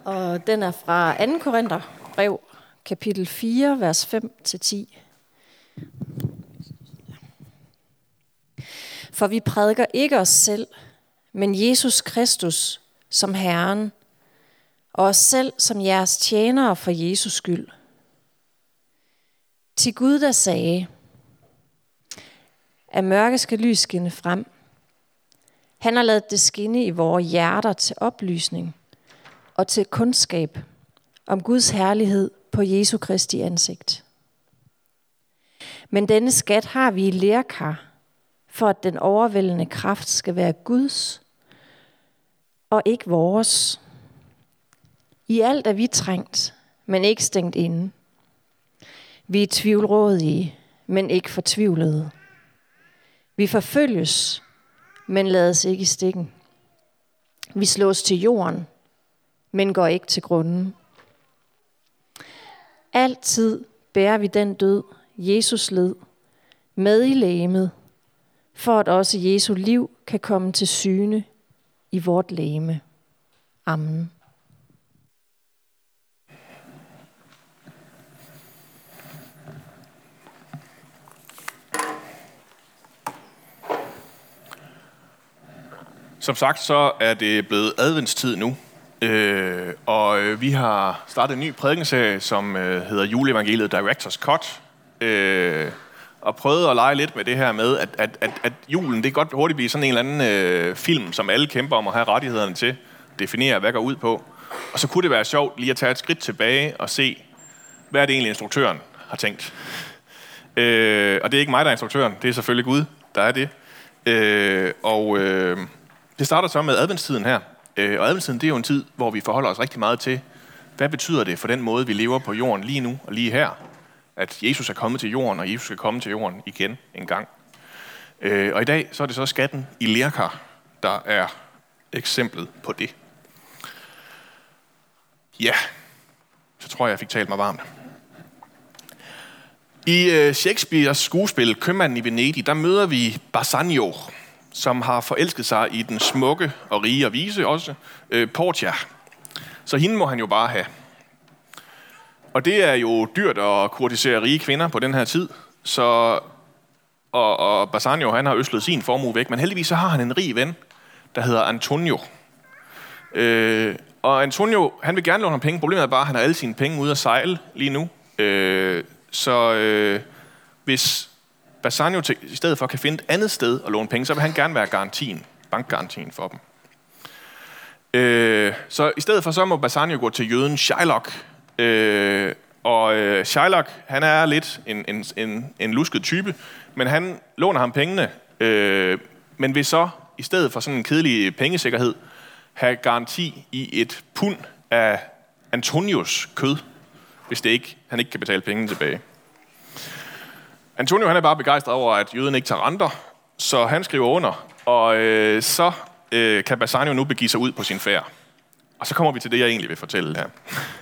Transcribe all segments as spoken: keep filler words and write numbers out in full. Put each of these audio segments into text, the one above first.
Og den er fra anden Korintherbrev, kapitel fire, vers fem til ti. For vi prædiker ikke os selv, men Jesus Kristus som Herren, og os selv som jeres tjenere for Jesus skyld. Til Gud, der sagde, at mørke skal lys skinne frem. Han har ladet det skinne i vores hjerter til oplysning og til kundskab om Guds herlighed på Jesu Kristi ansigt. Men denne skat har vi i lerkar, for at den overvældende kraft skal være Guds og ikke vores. I alt er vi trængt, men ikke stængt inde. Vi er tvivlrådige, men ikke fortvivlede. Vi forfølges, men lades ikke i stikken. Vi slås til jorden, men går ikke til grunden. Altid bærer vi den død, Jesus led, med i legemet, for at også Jesu liv kan komme til syne i vort legeme. Amen. Som sagt, så er det blevet adventstid nu, øh, og vi har startet en ny prædikenserie, som øh, hedder Juleevangeliet Director's Cut, øh, og prøvet at lege lidt med det her med, at, at, at, at julen, det kan godt hurtigt blive sådan en eller anden øh, film, som alle kæmper om at have rettighederne til, definere, hvad går ud på. Og så kunne det være sjovt lige at tage et skridt tilbage og se, hvad er det egentlig instruktøren har tænkt. Øh, og det er ikke mig, der er instruktøren, det er selvfølgelig Gud, der er det. Øh, og... Øh, Det starter så med adventstiden her, og adventstiden det er jo en tid, hvor vi forholder os rigtig meget til, hvad betyder det for den måde, vi lever på jorden lige nu og lige her, at Jesus er kommet til jorden, og Jesus skal komme til jorden igen en gang. Og i dag så er det så skatten i lerkar, der er eksemplet på det. Ja, så tror jeg, jeg fik talt mig varmt. I Shakespeares skuespil Købmanden i Venedig, der møder vi Bassanio, som har forelsket sig i den smukke og rige og vise også, øh, Portia. Så hende må han jo bare have. Og det er jo dyrt at kurtisere rige kvinder på den her tid, så og, og Bassanio, han har øslet sin formue væk, men heldigvis så har han en rig ven, der hedder Antonio. Øh, og Antonio, han vil gerne låne ham penge. Problemet er bare, at han har alle sine penge ude at sejle lige nu. Øh, så øh, hvis Bassanio i stedet for kan finde et andet sted at låne penge, så vil han gerne være garantien, bankgarantien for dem. Øh, så i stedet for så må Bassanio gå til jøden Shylock. Øh, og øh, Shylock, han er lidt en, en, en, en lusket type, men han låner ham pengene, øh, men vil så i stedet for sådan en kedelig pengesikkerhed have garanti i et pund af Antonios kød, hvis det ikke, han ikke kan betale pengene tilbage. Antonio, han er bare begejstret over, at jøden ikke tager renter, så han skriver under, og øh, så øh, kan Bassanio nu begive sig ud på sin færd. Og så kommer vi til det, jeg egentlig vil fortælle her.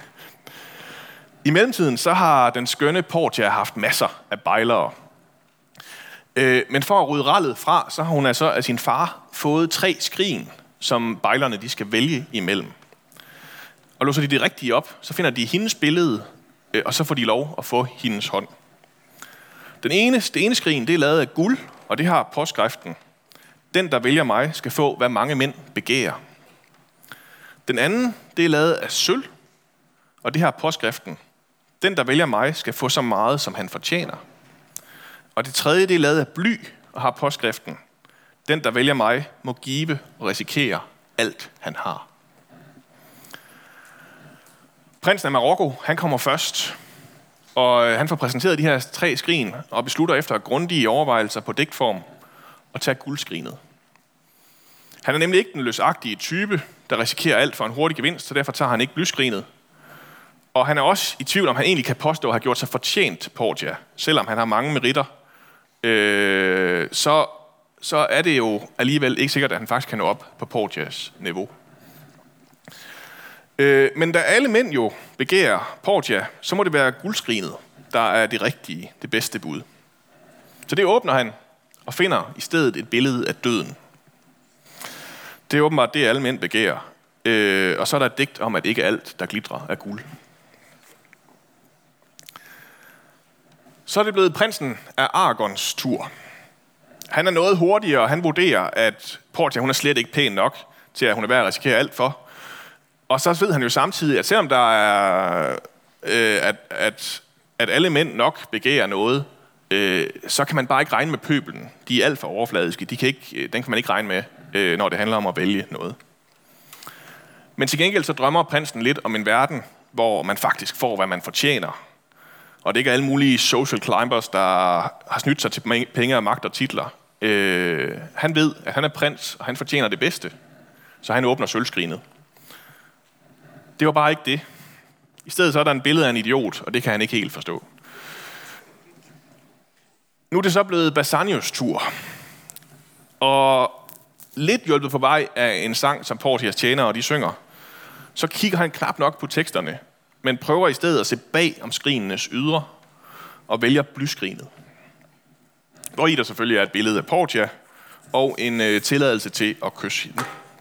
I mellemtiden, så har den skønne Portia haft masser af bejlere. Øh, men for at rydde rallet fra, så har hun altså af sin far fået tre skrin, som bejlerne de skal vælge imellem. Og låser de det rigtige op, så finder de hendes billede, øh, og så får de lov at få hendes hånd. Den ene, det ene skrin, det er lavet af guld, og det har påskriften: den, der vælger mig, skal få, hvad mange mænd begærer. Den anden, det er lavet af sølv, og det har påskriften: den, der vælger mig, skal få så meget, som han fortjener. Og det tredje, det er lavet af bly, og har påskriften: den, der vælger mig, må give og risikere alt, han har. Prinsen af Marokko, han kommer først. Og han får præsenteret de her tre skrin, og beslutter efter grundige overvejelser på digtform at tage guldskrinet. Han er nemlig ikke den løsagtige type, der risikerer alt for en hurtig gevinst, så derfor tager han ikke blyskrinet. Og han er også i tvivl, om han egentlig kan påstå at have gjort sig fortjent til Portia, selvom han har mange meritter. Øh, så, så er det jo alligevel ikke sikkert, at han faktisk kan nå op på Portias niveau. Øh, men da alle mænd jo begærer Portia, så må det være guldskrinet, der er det rigtige, det bedste bud. Så det åbner han og finder i stedet et billede af døden. Det er åbenbart det, alle mænd begærer. Øh, og så er der et digt om, at ikke alt, der glitrer, er guld. Så er det blevet prinsen af Aragons tur. Han er noget hurtigere, og han vurderer, at Portia, hun er slet ikke pæn nok til, at hun er værd at risikere alt for. Og så ved han jo samtidig, at selvom der er, øh, at, at, at alle mænd nok begærer noget, øh, så kan man bare ikke regne med pøbelen. De er alt for overfladiske. De kan ikke, den kan man ikke regne med, øh, når det handler om at vælge noget. Men til gengæld så drømmer prinsen lidt om en verden, hvor man faktisk får, hvad man fortjener. Og det er ikke alle mulige social climbers, der har snydt sig til penge og magt og titler. Øh, han ved, at han er prins, og han fortjener det bedste. Så han åbner sølvskrinet. Det var bare ikke det. I stedet så er der en billede af en idiot, og det kan han ikke helt forstå. Nu er det så blevet Basanios tur. Og lidt hjulpet på vej af en sang, som Portias tjenere, de synger, så kigger han knap nok på teksterne, men prøver i stedet at se bag om skrinenes ydre og vælger blyskrinet. Hvor i der selvfølgelig er et billede af Portia og en øh, tilladelse til at kysse hende.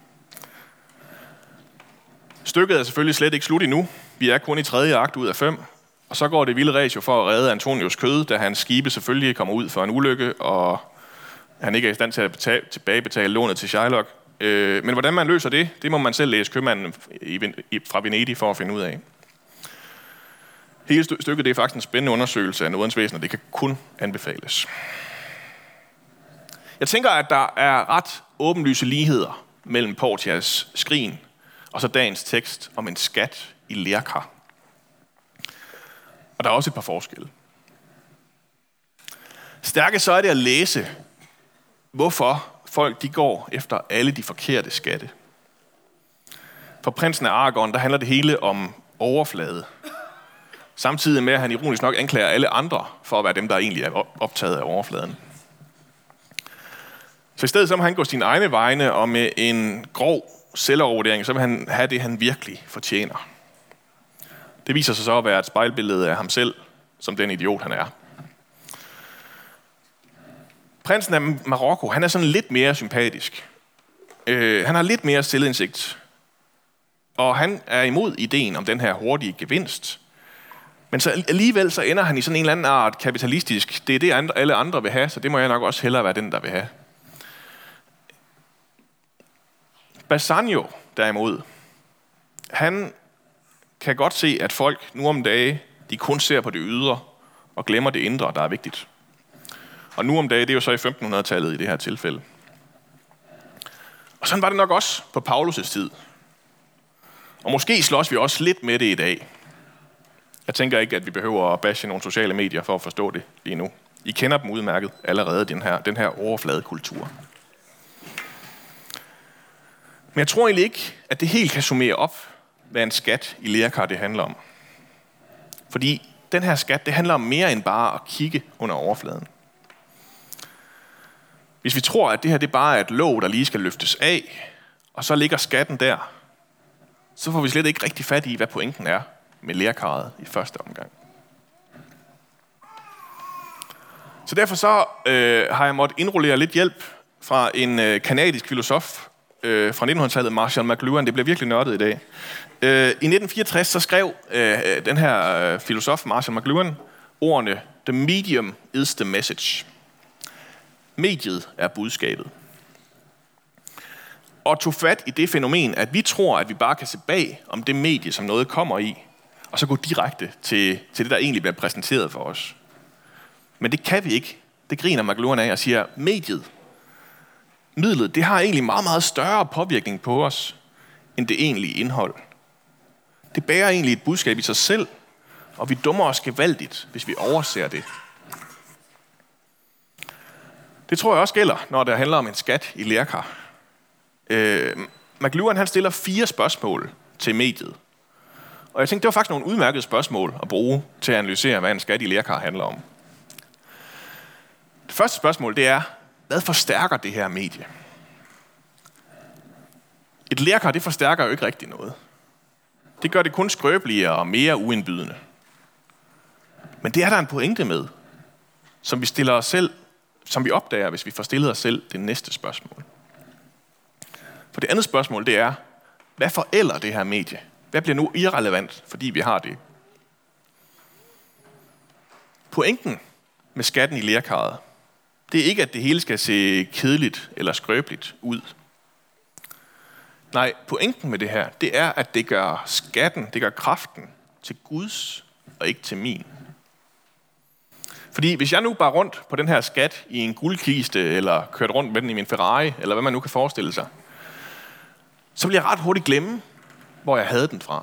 Stykket er selvfølgelig slet ikke slut endnu. Vi er kun i tredje akt ud af fem. Og så går det vilde ræs jo for at redde Antonius kød, da hans skibe selvfølgelig kommer ud for en ulykke, og han ikke er i stand til at betale, tilbagebetale lånet til Shylock. Øh, men hvordan man løser det, det må man selv læse Købmanden fra Venedig for at finde ud af. Hele stykket det er faktisk en spændende undersøgelse af nådens væsen, og det kan kun anbefales. Jeg tænker, at der er ret åbenlyse ligheder mellem Portias skrin og så dagens tekst om en skat i lerkar. Og der er også et par forskelle. Stærke så er det at læse, hvorfor folk de går efter alle de forkerte skatte. For prinsen af Aragon, der handler det hele om overflade. Samtidig med, at han ironisk nok anklager alle andre for at være dem, der egentlig er optaget af overfladen. Så i stedet så må han gå sine egne vegne, og med en grov selvovervurdering, så vil han have det, han virkelig fortjener. Det viser sig så at være et spejlbillede af ham selv, som den idiot, han er. Prinsen af Marokko, han er sådan lidt mere sympatisk. Øh, han har lidt mere selvindsigt. Og han er imod ideen om den her hurtige gevinst. Men så alligevel så ender han i sådan en eller anden art kapitalistisk. Det er det, alle andre vil have, så det må jeg nok også hellere være den, der vil have. Bassanio, derimod, han kan godt se, at folk nu om dage, de kun ser på det ydre og glemmer det indre, der er vigtigt. Og nu om dage, det er jo så i femtenhundredetallet i det her tilfælde. Og sådan var det nok også på Paulus' tid. Og måske slås vi også lidt med det i dag. Jeg tænker ikke, at vi behøver at bashe nogle sociale medier for at forstå det lige nu. I kender dem udmærket allerede, den her, den her overfladekultur. Men jeg tror egentlig ikke, at det helt kan summere op, hvad en skat i lerkar det handler om. Fordi den her skat, det handler om mere end bare at kigge under overfladen. Hvis vi tror, at det her det bare er et låg, der lige skal løftes af, og så ligger skatten der, så får vi slet ikke rigtig fat i, hvad pointen er med lerkarret i første omgang. Så derfor så øh, har jeg måttet indrullere lidt hjælp fra en øh, kanadisk filosof øh, fra nittenhundredetallet, Marshall McLuhan. Det bliver virkelig nørdet i dag. Øh, I nitten fireogtres så skrev øh, den her øh, filosof, Marshall McLuhan, ordene: "The medium is the message." Mediet er budskabet. Og tog fat i det fænomen, at vi tror, at vi bare kan se bag om det medie, som noget kommer i, og så gå direkte til, til det, der egentlig bliver præsenteret for os. Men det kan vi ikke. Det griner McLuhan af og siger, mediet, midlet, det har egentlig meget, meget større påvirkning på os, end det egentlige indhold. Det bærer egentlig et budskab i sig selv, og vi dummer os gevaldigt, hvis vi overser det. Det tror jeg også gælder, når det handler om en skat i lerkar. Øh, McLuhan han stiller fire spørgsmål til mediet. Og jeg tænkte, det var faktisk nogle udmærkede spørgsmål at bruge til at analysere, hvad en skat i lerkar handler om. Det første spørgsmål, det er, hvad forstærker det her medie? Et lerkar, det forstærker jo ikke rigtig noget. Det gør det kun skrøbeligere og mere uindbydende. Men det er der en pointe med, som vi stiller os selv, som vi opdager, hvis vi får stillet os selv det næste spørgsmål. For det andet spørgsmål, det er, hvad forælder det her medie? Hvad bliver nu irrelevant, fordi vi har det? Pointen med skatten i lerkarret, det er ikke, at det hele skal se kedeligt eller skrøbeligt ud. Nej, pointen med det her, det er, at det gør skatten, det gør kraften til Guds og ikke til min. Fordi hvis jeg nu bare rundt på den her skat i en guldkiste, eller kørte rundt med den i min Ferrari, eller hvad man nu kan forestille sig, så vil jeg ret hurtigt glemme, hvor jeg havde den fra.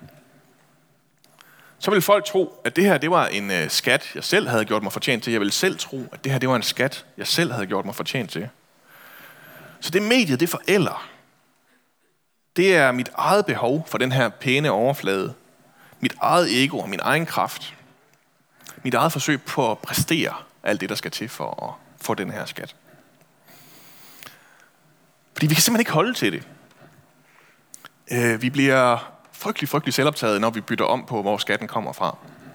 Så vil folk tro, at det her det var en øh, skat, jeg selv havde gjort mig fortjent til. Jeg vil selv tro, at det her det var en skat, jeg selv havde gjort mig fortjent til. Så det mediet, det forælder. Det er mit eget behov for den her pæne overflade. Mit eget ego og min egen kraft. Mit eget forsøg på at præstere alt det, der skal til for at få den her skat. Fordi vi kan simpelthen ikke holde til det. Vi bliver frygtelig, frygtelig selvoptaget, når vi bytter om på, hvor skatten kommer fra.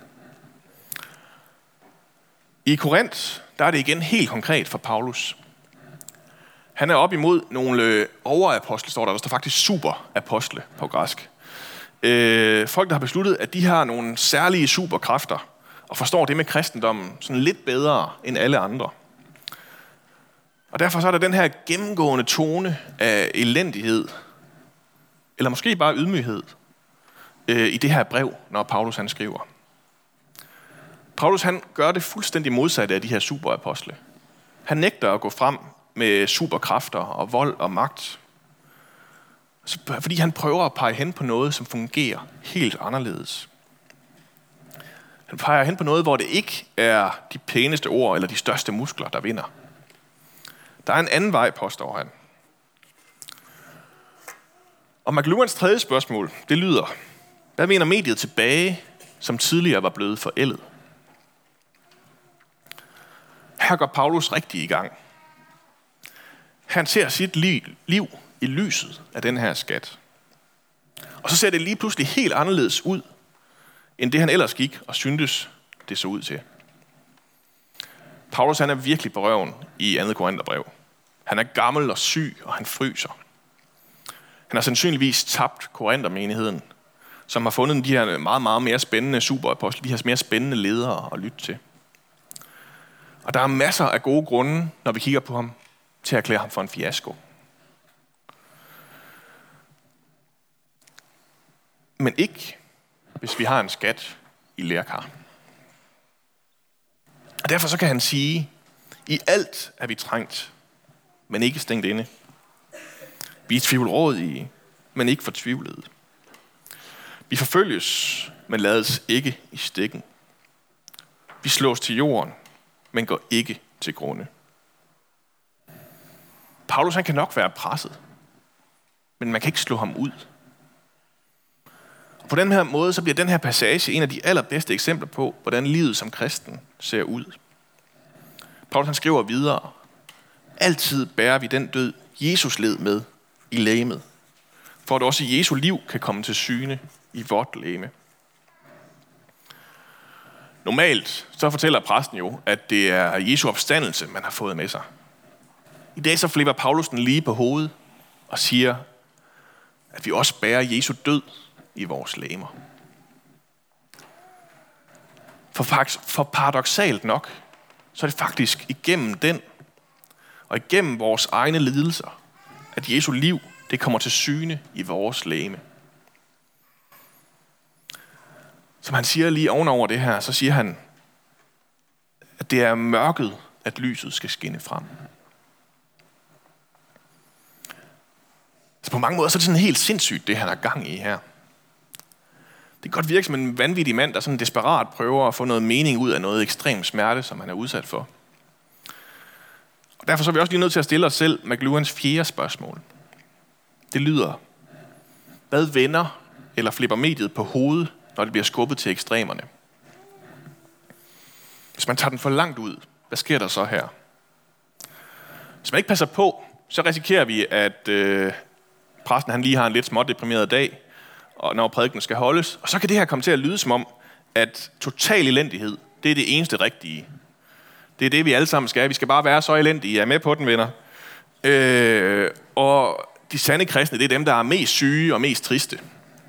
I Korinth, der er det igen helt konkret for Paulus. Han er op imod nogle overapostle, står der. Der står faktisk superapostle på græsk. Folk, der har besluttet, at de har nogle særlige superkræfter, og forstår det med kristendommen sådan lidt bedre end alle andre. Og derfor så er der den her gennemgående tone af elendighed, eller måske bare ydmyghed, øh, i det her brev, når Paulus han skriver. Paulus han gør det fuldstændig modsatte af de her superapostle. Han nægter at gå frem med superkræfter og vold og magt, fordi han prøver at pege hen på noget, som fungerer helt anderledes. Han peger hen på noget, hvor det ikke er de pæneste ord eller de største muskler, der vinder. Der er en anden vej, påstår han. Og McLuhans tredje spørgsmål, det lyder: hvad mener mediet tilbage, som tidligere var blevet forældet? Her går Paulus rigtig i gang. Han ser sit liv i lyset af den her skat. Og så ser det lige pludselig helt anderledes ud, end det han ellers gik og syntes, det så ud til. Paulus han er virkelig på røven i andet Korintherbrev. Han er gammel og syg, og han fryser. Han har sandsynligvis tabt Korinthermenigheden, som har fundet de her meget, meget mere spændende superapostle, de her mere spændende ledere at lytte til. Og der er masser af gode grunde, når vi kigger på ham, til at erklære ham for en fiasko. Men ikke, hvis vi har en skat i lerkar. Og derfor så kan han sige, i alt er vi trængt, men ikke stængt inde. Vi er tvivlrådige, men ikke fortvivlede. Vi forfølges, men lades ikke i stikken. Vi slås til jorden, men går ikke til grunde. Paulus han kan nok være presset, men man kan ikke slå ham ud. Og på den her måde så bliver den her passage en af de allerbedste eksempler på, hvordan livet som kristen ser ud. Paulus han skriver videre: altid bærer vi den død, Jesus led med i legemet, for at også Jesu liv kan komme til syne i vort legeme. Normalt så fortæller præsten jo, at det er Jesu opstandelse, man har fået med sig. I dag så flipper Paulus den lige på hovedet og siger, at vi også bærer Jesu død i vores legemer. For, for paradoksalt nok, så er det faktisk igennem den og igennem vores egne lidelser, at Jesu liv det kommer til syne i vores legeme. Som han siger lige ovenover det her, så siger han, at det er mørket, at lyset skal skinne frem. Så på mange måder så er det sådan helt sindssygt, det han har gang i her. Det kan godt virke som en vanvittig mand, der sådan desperat prøver at få noget mening ud af noget ekstrem smerte, som han er udsat for. Og derfor så er vi også lige nødt til at stille os selv McLuhans fjerde spørgsmål. Det lyder: hvad vender eller flipper mediet på hovedet, når det bliver skubbet til ekstremerne? Hvis man tager den for langt ud, hvad sker der så her? Hvis man ikke passer på, så risikerer vi, at øh, præsten han lige har en lidt smådeprimeret dag, og når prædiken skal holdes. Og så kan det her komme til at lyde som om, at total elendighed, det er det eneste rigtige. Det er det, vi alle sammen skal. Vi skal bare være så elendige. Jeg er med på den, venner. Øh, og de sande kristne, det er dem, der er mest syge og mest triste.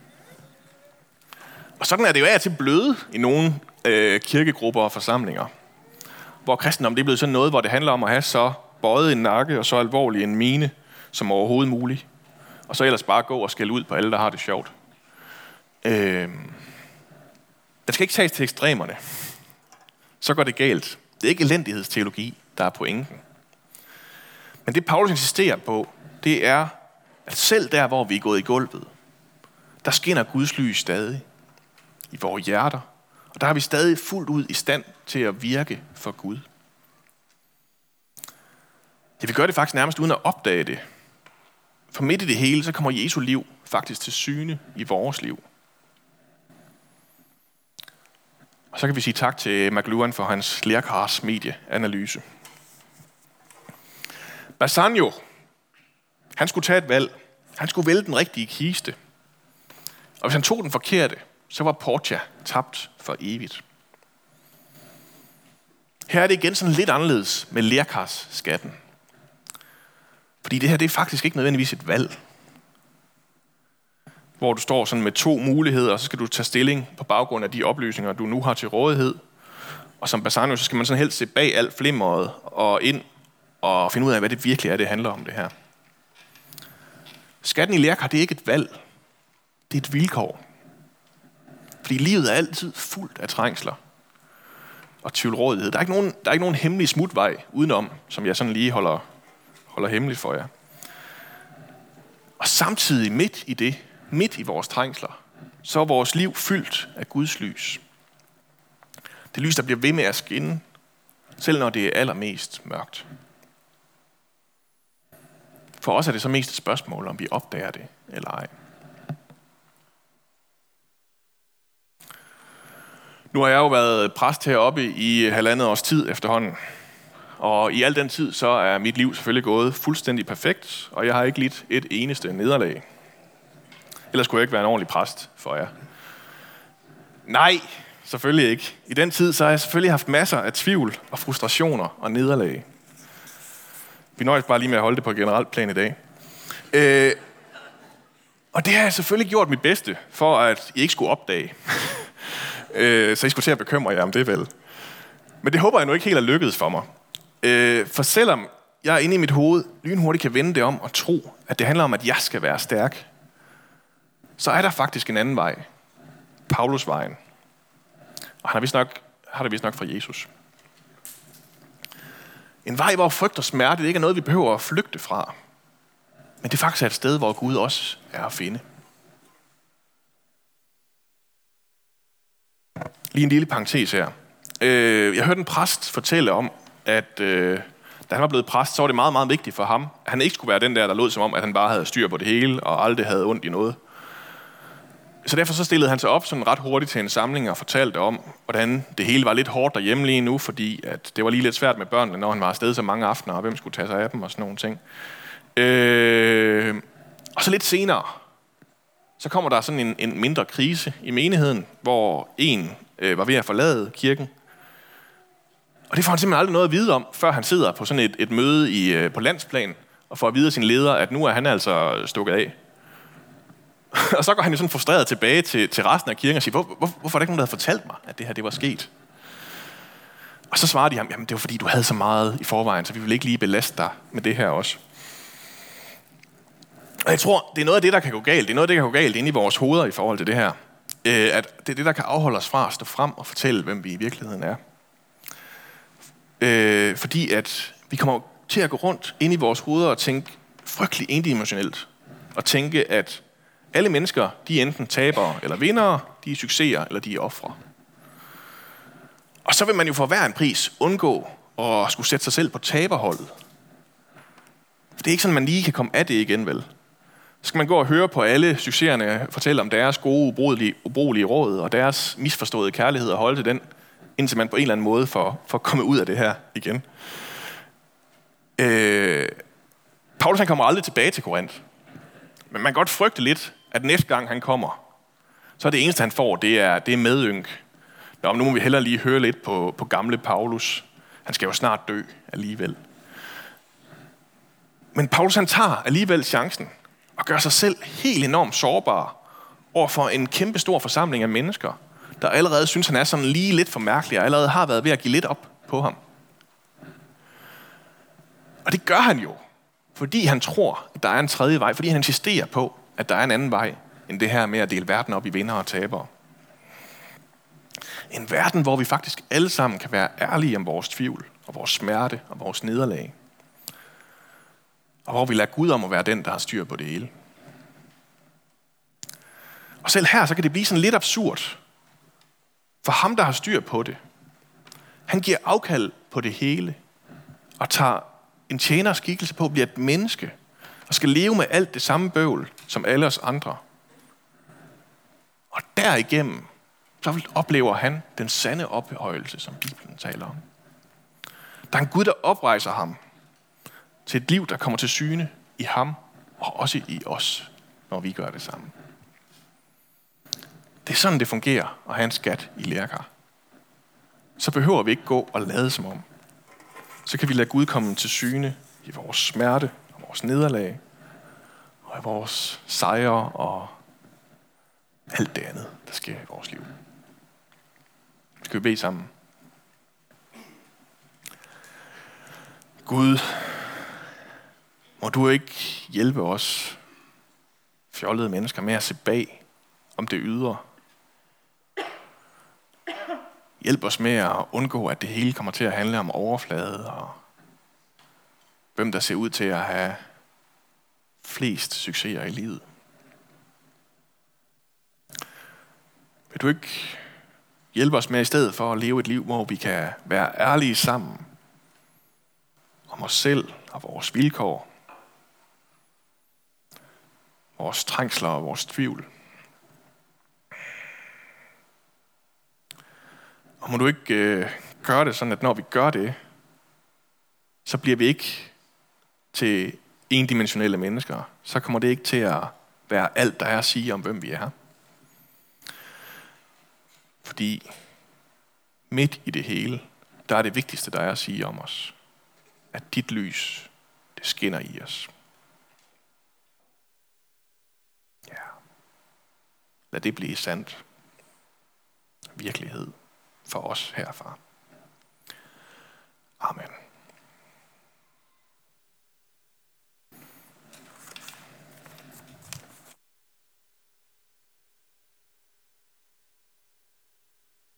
Og sådan er det jo af og til bløde i nogle øh, kirkegrupper og forsamlinger, hvor kristendom det er blevet sådan noget, hvor det handler om at have så bøjet en nakke og så alvorlig en mine som overhovedet muligt. Og så ellers bare gå og skælde ud på alle, der har det sjovt. Øh, den skal ikke tages til ekstremerne. Så går det galt. Det er ikke elendighedsteologi, der er pointen. Men det, Paulus insisterer på, det er, at selv der, hvor vi er gået i gulvet, der skinner Guds lys stadig i vores hjerter. Og der er vi stadig fuldt ud i stand til at virke for Gud. Ja, vi gør det faktisk nærmest uden at opdage det. For midt i det hele, så kommer Jesu liv faktisk til syne i vores liv. Og så kan vi sige tak til McLuhan for hans lærkars medieanalyse. Bassanio, han skulle tage et valg. Han skulle vælge den rigtige kiste. Og hvis han tog den forkerte, så var Portia tabt for evigt. Her er det igen sådan lidt anderledes med lærkars-skatten. Fordi det her, det er faktisk ikke nødvendigvis et valg. Hvor du står sådan med to muligheder, og så skal du tage stilling på baggrund af de oplysninger, du nu har til rådighed. Og som Bassanio, så skal man sådan helst se bag alt flimmeret og ind og finde ud af, hvad det virkelig er, det handler om det her. Skatten i lærkar, det er ikke et valg. Det er et vilkår. Fordi livet er altid fuldt af trængsler og tvivlrådighed. Der er ikke nogen, der er ikke nogen hemmelig smutvej udenom, som jeg sådan lige holder, holder hemmeligt for jer. Og samtidig midt i det, midt i vores trængsler, så er vores liv fyldt af Guds lys. Det lys, der bliver ved med at skinne, selv når det er allermest mørkt. For os er det så mest et spørgsmål, om vi opdager det eller ej. Nu har jeg jo været præst heroppe i halvandet års tid efterhånden. Og i al den tid, så er mit liv selvfølgelig gået fuldstændig perfekt, og jeg har ikke lidt et eneste nederlag. Ellers skulle jeg ikke være en ordentlig præst for jer. Nej, selvfølgelig ikke. I den tid, så har jeg selvfølgelig haft masser af tvivl og frustrationer og nederlag. Vi nøjes bare lige med at holde det på et generelt plan i dag. Øh, og det har jeg selvfølgelig gjort mit bedste, for at I ikke skulle opdage. øh, så I skulle til at bekymre jer om det vel. Men det håber jeg nu ikke helt er lykkedes for mig. Øh, for selvom jeg inde i mit hoved lynhurtigt kan vende det om og tro, at det handler om, at jeg skal være stærk, så er der faktisk en anden vej. Paulusvejen. Og han har, vist nok, har det vist nok fra Jesus. En vej, hvor frygt og smerte det ikke er noget, vi behøver at flygte fra. Men det faktisk er et sted, hvor Gud også er at finde. Lige en lille parentes her. Jeg hørte en præst fortælle om, at øh, da han var blevet præst, så var det meget, meget vigtigt for ham, at han ikke skulle være den der, der lød som om, at han bare havde styr på det hele, og aldrig havde ondt i noget. Så derfor så stillede han sig op sådan ret hurtigt til en samling og fortalte om, hvordan det hele var lidt hårdt derhjemme lige nu, fordi at det var lige lidt svært med børnene, når han var afsted så mange aftener, og hvem skulle tage sig af dem og sådan nogle ting. Øh, og så lidt senere, så kommer der sådan en, en mindre krise i menigheden, hvor en øh, var ved at forlade kirken. Og det får han simpelthen aldrig noget at vide om, før han sidder på sådan et, et møde i, øh, på landsplan, og får at vide af sin leder, at nu er han altså stukket af. Og så går han jo sådan frustreret tilbage til, til resten af kirken og siger, hvor, hvor, hvorfor er der ikke nogen, der havde fortalt mig, at det her det var sket? Og så svarer de ham, jamen det var fordi, du havde så meget i forvejen, så vi vil ikke lige belaste dig med det her også. Og jeg tror, det er noget af det, der kan gå galt. Det er noget af det, der kan gå galt inde i vores hoveder i forhold til det her. Øh, at det er det, der kan afholde os fra at stå frem og fortælle, hvem vi i virkeligheden er. Øh, fordi at vi kommer til at gå rundt inde i vores hoveder og tænke frygtelig endimensionelt. Og tænke, at alle mennesker, de er enten tabere eller vindere, de er succeser eller de er ofre. Og så vil man jo for hver en pris undgå at skulle sætte sig selv på taberholdet. For det er ikke sådan, man lige kan komme af det igen, vel? Så skal man gå og høre på alle succeserne fortælle om deres gode, ubrugelige, ubrugelige råd og deres misforståede kærlighed og holde til den, indtil man på en eller anden måde får, får kommet ud af det her igen. Øh, Paulus han kommer aldrig tilbage til Korinth. Men man kan godt frygte lidt, at næste gang han kommer, så er det eneste, han får, det er, det er medynk. Nå, nu må vi hellere lige høre lidt på, på gamle Paulus. Han skal jo snart dø alligevel. Men Paulus han tager alligevel chancen og gør sig selv helt enormt sårbar over for en kæmpe stor forsamling af mennesker, der allerede synes, han er sådan lige lidt for mærkelig, og allerede har været ved at give lidt op på ham. Og det gør han jo, fordi han tror, at der er en tredje vej, fordi han insisterer på, at der er en anden vej, end det her med at dele verden op i vindere og tabere. En verden, hvor vi faktisk alle sammen kan være ærlige om vores tvivl, og vores smerte, og vores nederlag. Og hvor vi lader Gud om at være den, der har styr på det hele. Og selv her, så kan det blive sådan lidt absurd. For ham, der har styr på det, han giver afkald på det hele, og tager en tjeners skikkelse på, bliver et menneske, og skal leve med alt det samme bøvl, som alle os andre. Og derigennem, så oplever han den sande ophøjelse, som Bibelen taler om. Der er en Gud, der oprejser ham til et liv, der kommer til syne i ham, og også i os, når vi gør det samme. Det er sådan, det fungerer at have en skat i lerkar. Så behøver vi ikke gå og lade som om. Så kan vi lade Gud komme til syne i vores smerte, og vores nederlag, og i vores sejre, og alt det andet, der sker i vores liv. Skal vi bede sammen? Gud, må du ikke hjælpe os fjollede mennesker med at se bag om det ydre. Hjælp os med at undgå, at det hele kommer til at handle om overflade og hvem der ser ud til at have flest succeser i livet. Vil du ikke hjælpe os med i stedet for at leve et liv, hvor vi kan være ærlige sammen om os selv og vores vilkår, vores trængsler og vores tvivl. Og må du ikke øh, gøre det sådan, at når vi gør det, så bliver vi ikke til endimensionelle mennesker. Så kommer det ikke til at være alt, der er at sige om, hvem vi er. Fordi midt i det hele, der er det vigtigste, der er at sige om os, at dit lys, det skinner i os. Ja. Lad det blive sandt virkelighed for os herfra.